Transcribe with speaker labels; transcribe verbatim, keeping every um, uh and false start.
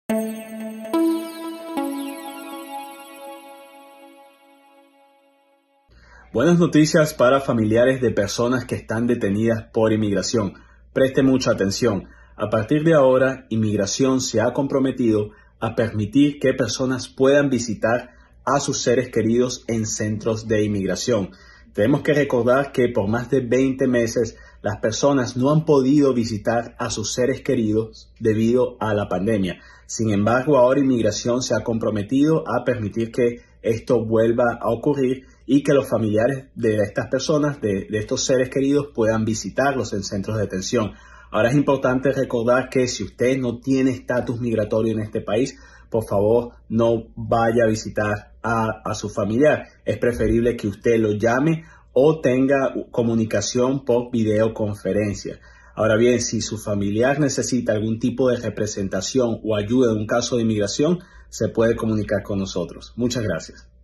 Speaker 1: Buenas noticias para familiares de personas que están detenidas por inmigración. Preste mucha atención. A partir de ahora, Inmigración se ha comprometido a permitir que personas puedan visitar a sus seres queridos en centros de inmigración. Tenemos que recordar que por más de veinte meses las personas no han podido visitar a sus seres queridos debido a la pandemia. Sin embargo, ahora Inmigración se ha comprometido a permitir que esto vuelva a ocurrir y que los familiares de estas personas, de, de estos seres queridos, puedan visitarlos en centros de detención. Ahora es importante recordar que si usted no tiene estatus migratorio en este país, por favor no vaya a visitar a, a su familiar. Es preferible que usted lo llame o tenga comunicación por videoconferencia. Ahora bien, si su familiar necesita algún tipo de representación o ayuda en un caso de inmigración, se puede comunicar con nosotros. Muchas gracias.